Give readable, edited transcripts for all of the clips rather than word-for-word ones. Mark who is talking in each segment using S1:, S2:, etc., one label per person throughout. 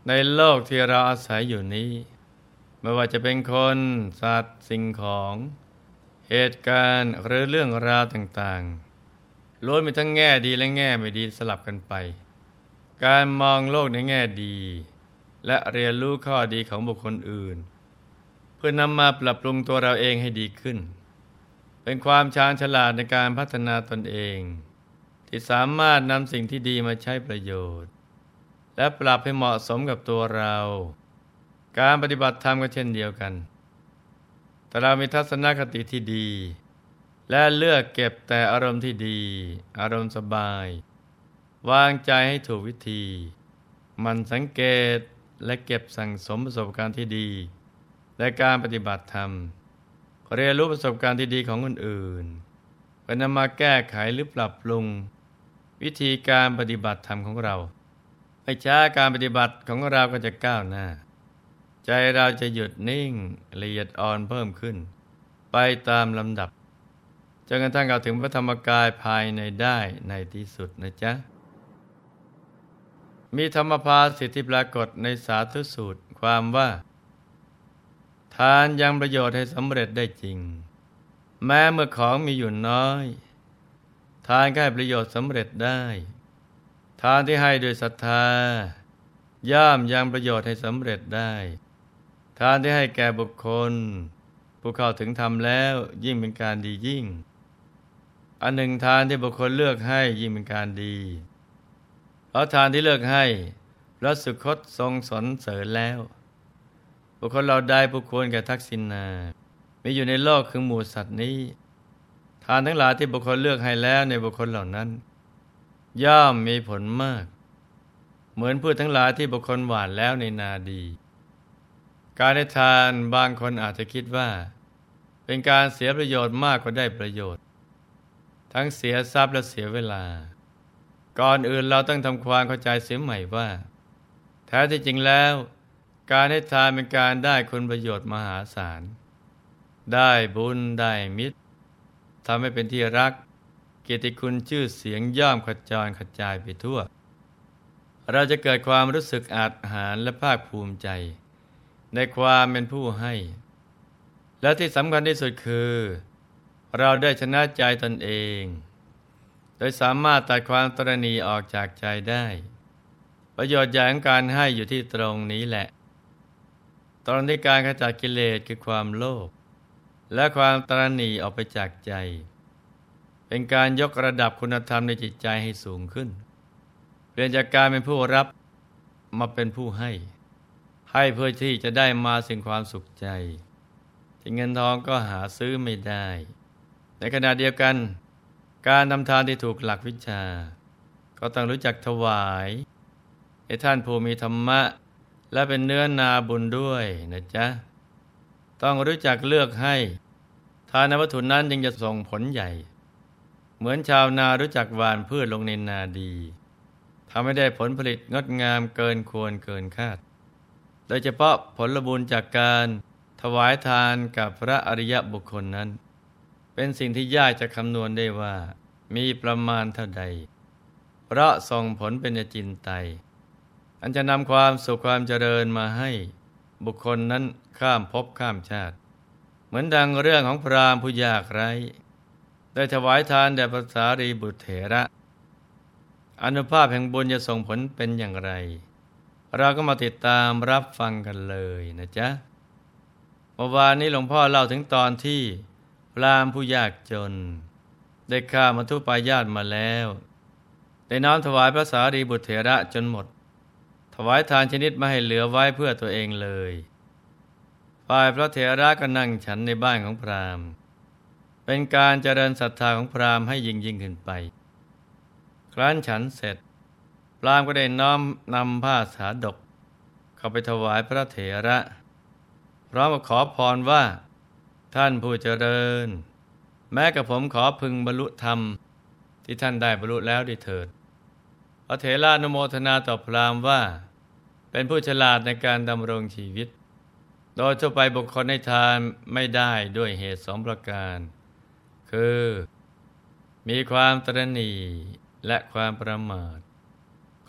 S1: ในโลกที่เราอาศัยอยู่นี้ไม่ว่าจะเป็นคนสัตว์สิ่งของเหตุการณ์หรือเรื่องราวต่างๆล้วนมีทั้งแง่ดีและแง่ไม่ดีสลับกันไปการมองโลกในแง่ดีและเรียนรู้ข้อดีของบุคคลอื่นเพื่อนำมาปรับปรุงตัวเราเองให้ดีขึ้นเป็นความชาญฉลาดในการพัฒนาตนเองที่สามารถนำสิ่งที่ดีมาใช้ประโยชน์และปรับให้เหมาะสมกับตัวเราการปฏิบัติธรรมก็เช่นเดียวกันแต่เรามีทัศนคติที่ดีและเลือกเก็บแต่อารมณ์ที่ดีอารมณ์สบายวางใจให้ถูกวิธีหมั่นสังเกตและเก็บสั่งสมประสบการณ์ที่ดีและการปฏิบัติธรรมเรียนรู้ประสบการณ์ที่ดีของคนอื่นเพื่อนำมาแก้ไขหรือปรับปรุงวิธีการปฏิบัติธรรมของเราไม่ช้าการปฏิบัติของเราก็จะก้าวหน้าใจเราจะหยุดนิ่งละเอียดอ่อนเพิ่มขึ้นไปตามลำดับจนกระทั่งเข้าถึงพระธรรมกายภายในได้ในที่สุดนะจ๊ะมีธรรมภาสิทธิปรากฏในสาธุสูตรความว่าทานยังประโยชน์ให้สำเร็จได้จริงแม้เมื่อของมีอยู่น้อยทานก็ให้ประโยชน์สำเร็จได้ทานที่ให้ด้วยศรัทธาย่อมยังประโยชน์ให้สำเร็จได้ทานที่ให้แก่บุคคลผู้เข้าถึงธรรมแล้วยิ่งเป็นการดียิ่งอันหนึ่งทานที่บุคคลเลือกให้ยิ่งเป็นการดีเพราะทานที่เลือกให้พระสุคตทรงสรรเสริญแล้วบุคคลเราใดผู้ควรแก่ทักษิณามีอยู่ในโลกคือหมู่สัตว์นี้ทานทั้งหลายที่บุคคลเลือกให้แล้วในบุคคลเหล่านั้นย่อมมีผลมากเหมือนพืชทั้งหลายที่บุคคลหว่านแล้วในนาดีการให้ทานบางคนอาจจะคิดว่าเป็นการเสียประโยชน์มากกว่าได้ประโยชน์ทั้งเสียทรัพย์และเสียเวลาก่อนอื่นเราต้องทำความเข้าใจเสียใหม่ว่าแท้ที่จริงแล้วการให้ทานเป็นการได้คุณประโยชน์มหาศาลได้บุญได้มิตรทำให้เป็นที่รักเกียรติคุณชื่อเสียงย่อมขจรกระจายไปทั่วเราจะเกิดความรู้สึกอาจหาญและภาคภูมิใจในความเป็นผู้ให้และที่สำคัญที่สุดคือเราได้ชนะใจตนเองโดยสามารถตัดความตระหนี่ออกจากใจได้ประโยชน์ใหญ่ของการให้อยู่ที่ตรงนี้แหละตอนที่การขจัดกิเลสคือความโลภและความตระหนี่ออกไปจากใจเป็นการยกระดับคุณธรรมในจิตใจให้สูงขึ้นเปลี่ยนจากการเป็นผู้รับมาเป็นผู้ให้เพื่อที่จะได้มาสิ่งความสุขใจที่เงินทองก็หาซื้อไม่ได้ในขณะเดียวกันการทำทานที่ถูกหลักวิชาก็ต้องรู้จักถวายให้ท่านผู้มีธรรมะและเป็นเนื้อนาบุญด้วยนะจ๊ะต้องรู้จักเลือกให้ทานวัตถุนั้นยังจะส่งผลใหญ่เหมือนชาวนารู้จักหว่านพืชลงในนาดีทำให้ได้ผลผลิตงดงามเกินควรเกินคาดโดยเฉพาะผลบุญจากการถวายทานกับพระอริยบุคคลนั้นเป็นสิ่งที่ยากจะคำนวณได้ว่ามีประมาณเท่าใดเพราะส่งผลเป็นอจินไตยอันจะนำความสุขความเจริญมาให้บุคคลนั้นข้ามภพข้ามชาติเหมือนดังเรื่องของพราหมณ์ผู้ยากไร้ได้ถวายทานแด่พระสารีบุตรเถระอานุภาพแห่งบุญจะส่งผลเป็นอย่างไรเราก็มาติดตามรับฟังกันเลยนะจ๊ะเมื่อวานนี้หลวงพ่อเล่าถึงตอนที่พราหมณ์ผู้ยากจนได้ฆ่ามัทุปายาตมาแล้วได้น้อมถวายพระสารีบุตรเถระจนหมดถวายทานชนิดไม่ให้เหลือไว้เพื่อตัวเองเลยฝ่ายพระเถระก็นั่งฉันในบ้านของพราหมณ์เป็นการเจริญศรัทธาของพราหมณ์ให้ยิ่งขึ้นไปครั้นฉันเสร็จพราหมณ์ก็ได้น้อมนำผ้าสาดกเข้าไปถวายพระเถระพร้อมกับขอพรว่าท่านผู้เจริญแม้กับผมขอพึงบรรลุธรรมที่ท่านได้บรรลุแล้วด้วยเถิดพระเถระอนุโมทนาต่อพราหมณ์ว่าเป็นผู้ฉลาดในการดำรงชีวิตโดยทั่วไปบุคคลให้ทานไม่ได้ด้วยเหตุ2 ประการคือมีความตระหนี่และความประมาทข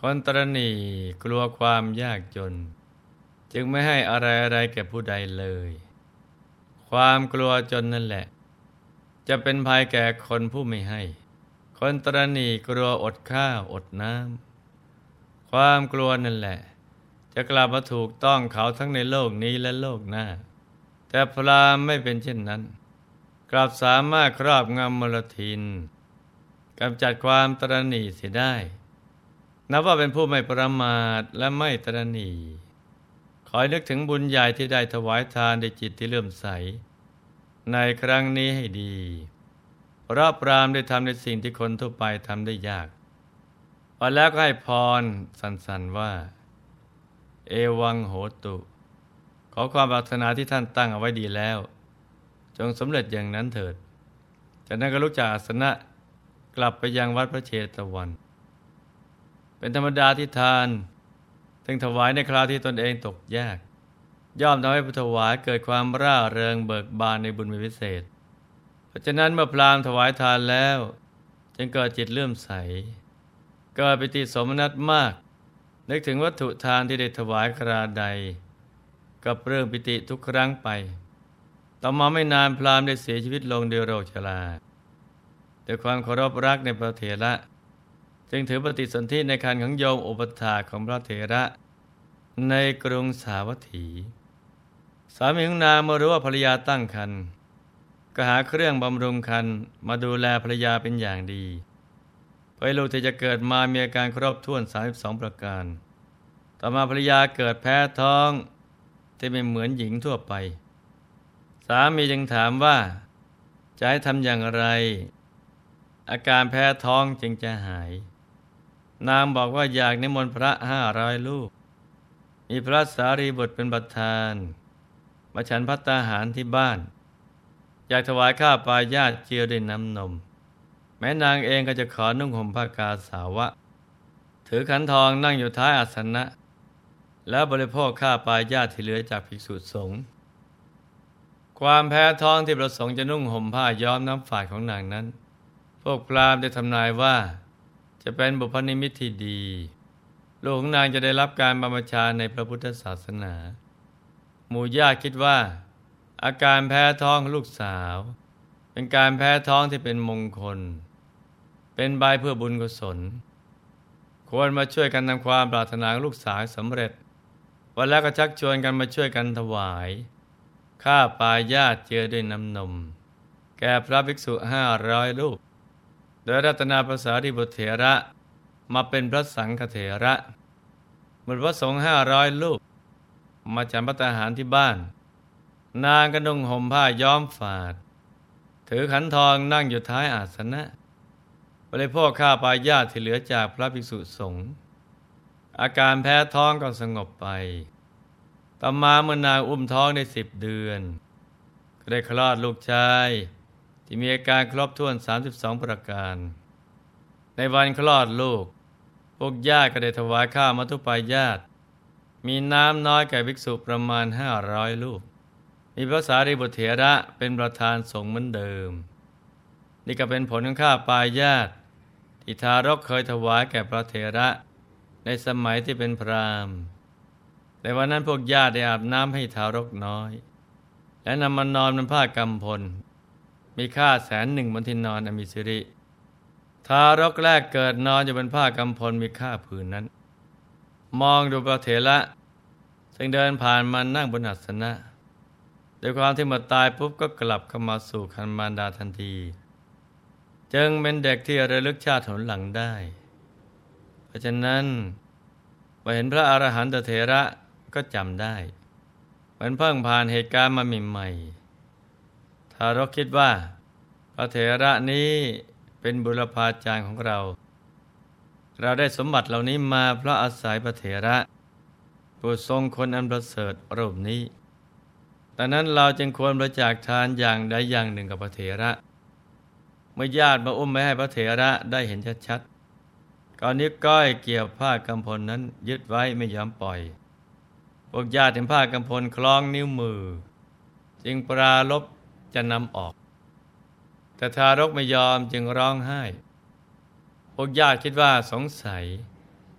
S1: คนตระหนี่กลัวความยากจนจึงไม่ให้อะไรแก่ผู้ใดเลย ความกลัวจนนั่นแหละจะเป็นภัยแก่คนผู้ไม่ให้ คนตระหนี่กลัวอดข้าวอดน้ำความกลัวนั่นแหละจะกลับมาถูกต้องเขาทั้งในโลกนี้และโลกหน้า แต่พราหมณ์ไม่เป็นเช่นนั้น กลับสามารถครอบงำมลทินกำจัดความตระหนี่เสียได้นับว่าเป็นผู้ไม่ประมาทและไม่ตระหนี่ขอให้นึกถึงบุญใหญ่ที่ได้ถวายทานในจิตที่เลื่อมใสในครั้งนี้ให้ดีเพราะพราหมณ์ได้ทำในสิ่งที่คนทั่วไปทำได้ยากพอแล้วก็ให้พรสันๆว่าเอวังโหตุขอความปรารถนาที่ท่านตั้งเอาไว้ดีแล้วจงสำเร็จอย่างนั้นเถิดจากนั้นก็ลุกจากอาสนะกลับไปยังวัดพระเชตวันเป็นธรรมดาที่ทานถึงถวายในคราวที่ตนเองตกยากย่อมทำให้ผู้ถวายเกิดความร่าเริงเบิกบานในบุญพิเศษเพราะฉะนั้นเมื่อพราหมณ์ถวายทานแล้วจึงเกิดจิตเลื่อมใสเกิดปิติสมนัสมากนึกถึงวัตถุทานที่ได้ถวายคราใดกับเรื่องปิติทุกครั้งไปต่อมาไม่นานพราหมณ์ได้เสียชีวิตลงด้วยโรคชราด้วยความเคารพรักในพระเถระจึงถือปฏิสนธิในครรภ์ของโยมอุปถากของพระเถระในกรุงสาวัตถีสามีของนางเมื่อรู้ว่าภรรยาตั้งครรภ์ก็หาเครื่องบำรุงครรภ์มาดูแลภรรยาเป็นอย่างดีเพื่อให้ลูกที่จะเกิดมามีอาการครบถ้วน32ประการต่อมาภรรยาเกิดแพ้ท้องที่ไม่เหมือนหญิงทั่วไปสามีจึงถามว่าจะให้ทำอย่างไรอาการแพ้ท้องจึงจะหายนางบอกว่าอยากนิมนต์พระ500 รูปมีพระสารีบุตรเป็นประธานมาฉันภัตตาหารที่บ้านอยากถวายข้าวปลายาตเจียวด้วยน้ำนมแม้นางเองก็จะขอนุ่งห่มผ้ากาสาวะถือขันทองนั่งอยู่ท้ายอาสนะแล้วบริโภคข้าวปลายาตที่เหลือจากภิกษุสงฆ์ความแพ้ท้องที่ประสงค์จะนุ่งห่มผ้าย้อมน้ำฝาดของนางนั้นพวกพราหมณ์ได้ทำนายว่าจะเป็นบุพนิมิตที่ดีลูกของนางจะได้รับการบรรพชาในพระพุทธศาสนาหมู่ญาติคิดว่าอาการแพ้ท้องของลูกสาวเป็นการแพ้ท้องที่เป็นมงคลเป็นใบเพื่อบุญกุศลควรมาช่วยกันทำความปรารถนาของลูกสาวสำเร็จวันแล้วก็ชักชวนกันมาช่วยกันถวายข้าปลายาตเจือด้วยน้ำนมแก่พระภิกษุ500 รูปโดยรัตนาพระสารีบุตรเถระมาเป็นพระสังฆเถระเมื่อพระสงฆ์500 รูปมาฉันภัตตาหารที่บ้านนางก็นุ่งห่มผ้าย้อมฝาดถือขันทองนั่งอยู่ท้ายอาสนะบริโภคข้าวปลายาตที่เหลือจากพระภิกษุสงฆ์อาการแพ้ท้องก็สงบไปต่อมาเมื่อนางอุ้มท้องได้10 เดือนก็ได้คลอดลูกชายที่มีอาการครบถ้วน32ประการในวันคลอดลูกพวกญาติก็ได้ถวายข้าวมัทุปายาตมีน้ำน้อยแก่ภิกษุประมาณ500 รูปมีพระสารีบุตรเถระเป็นประธานสงฆ์เหมือนเดิมนี่ก็เป็นผลของข้าวปลายาตที่ทารกเคยถวายแก่พระเถระในสมัยที่เป็นพราหมณ์ในวันนั้นพวกญาติได้อาบน้ำให้ทารกน้อยและนำมานอนบนผ้ากำพลมีค่า100,000 บนที่นอนอมิสิริทารกแรกเกิดนอนอยู่บนผ้ากำพลมีค่าผืนนั้นมองดูพระเถระซึ่งเดินผ่านมานั่งบนอาสนะด้วยความที่เมื่อตายปุ๊บก็กลับเข้ามาสู่คันมารดาทันทีจึงเป็นเด็กที่ระลึกชาติหนหลังได้เพราะฉะนั้นพอเห็นพระอรหันตเถระก็จำได้เหมือนเพิ่งผ่านเหตุการณ์มาใหม่ๆทารกคิดว่าพระเถระนี้เป็นบุรพาจารย์ของเราได้สมบัติเหล่านี้มาเพราะอาศัยพระเถระผู้ทรงคุณอันประเสริฐรูปนี้ดังนั้นเราจึงควรบริจาคทานอย่างใดอย่างหนึ่งกับพระเถระเมื่อญาติมาอุ้มไปให้พระเถระได้เห็นชัดๆก่อนนิ้วก้อยเกี่ยวผ้ากำพลนั้นยึดไว้ไม่ยอมปล่อยพวกญาติเห็นผ้ากำพลคล้องนิ้วมือจึงปรารภจะนำออกแต่ทารกไม่ยอมจึงร้องไห้พวกญาติคิดว่าสงสัย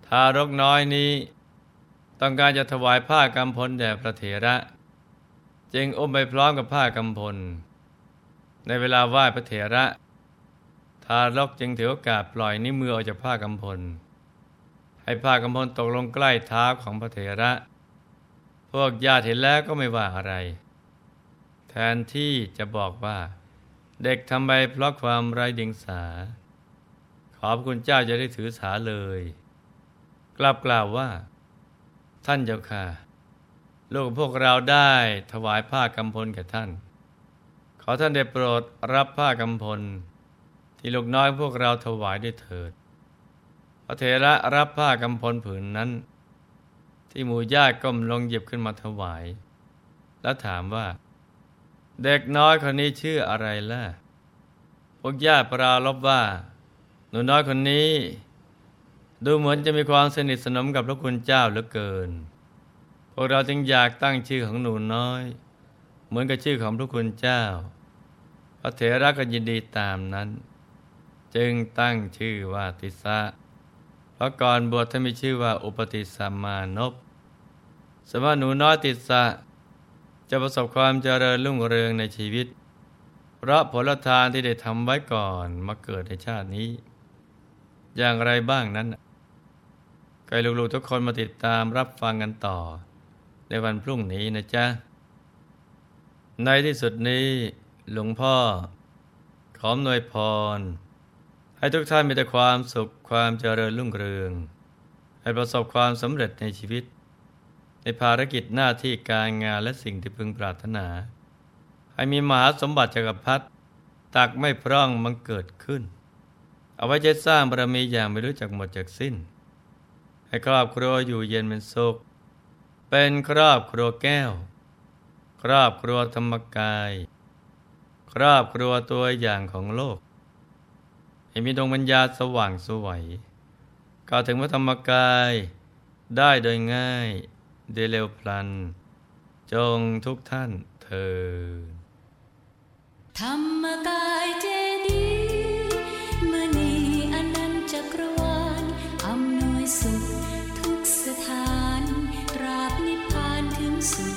S1: ทารกน้อยนี้ต้องการจะถวายผ้ากำพลแด่พระเถระจึงอุ้มไปพร้อมกับผ้ากำพลในเวลาไหว้พระเถระทารกจึงถือโอกาสปล่อยนิ้วมือออกจากผ้ากำพลให้ผ้ากำพลตกลงใกล้เท้าของพระเถระพวกญาติเห็นแล้วก็ไม่ว่าอะไรแทนที่จะบอกว่าเด็กทำไปเพราะความไร้เดียงสาขอพระคุณเจ้าจะได้ถือสาเลยกลับกล่าวว่าท่านเจ้าค่ะลูกพวกเราได้ถวายผ้ากำพลแก่ท่านขอท่านได้โปรดรับผ้ากำพลที่ลูกน้อยพวกเราถวายด้วยเถิดพระเถระรับผ้ากำพลผืนนั้นที่หมู่ญาติก้มลงหยิบขึ้นมาถวายแล้วถามว่าเด็กน้อยคนนี้ชื่ออะไรล่ะพวกญาติปราลบว่าหนูน้อยคนนี้ดูเหมือนจะมีความสนิทสนมกับพระคุณเจ้าเหลือเกินพวกเราจึงอยากตั้งชื่อของหนูน้อยเหมือนกับชื่อของพระคุณเจ้าพระเถระก็ยินดีตามนั้นจึงตั้งชื่อว่าติสะเพราะก่อนบวชท่านมีชื่อว่าอุปติสัมมานพสมมติหนูน้อยติสะจะประสบความเจริญรุ่งเรืองในชีวิตเพราะผลทานที่ได้ทำไว้ก่อนมาเกิดในชาตินี้อย่างไรบ้างนั้นใครลูกๆทุกคนมาติดตามรับฟังกันต่อในวันพรุ่งนี้นะจ๊ะในที่สุดนี้หลวงพ่อขออำนวยพรให้ทุกท่านมีแต่ความสุขความเจริญรุ่งเรืองให้ประสบความสำเร็จในชีวิตในภารกิจหน้าที่การงานและสิ่งที่พึงปรารถนาให้มีมหาสมบัติจักรพรรดิตักไม่พร่องบังเกิดขึ้นเอาไว้ใช้สร้างบารมีอย่างไม่รู้จักหมดจากสิ้นให้ครอบครัวอยู่เย็นเป็นสุขเป็นครอบครัวแก้วครอบครัวธรรมกายครอบครัวตัวอย่างของโลกให้มีดวงปัญญาสว่างไสวเข้าถึงพระธรรมกายได้โดยง่ายโดยเร็วพลันจงทุกท่านเถิด
S2: ธรรมกายเจดีย์มณีอนันต์จักรวาลอำนวยสุขทุกสถานตราบนิพพานถึงสุข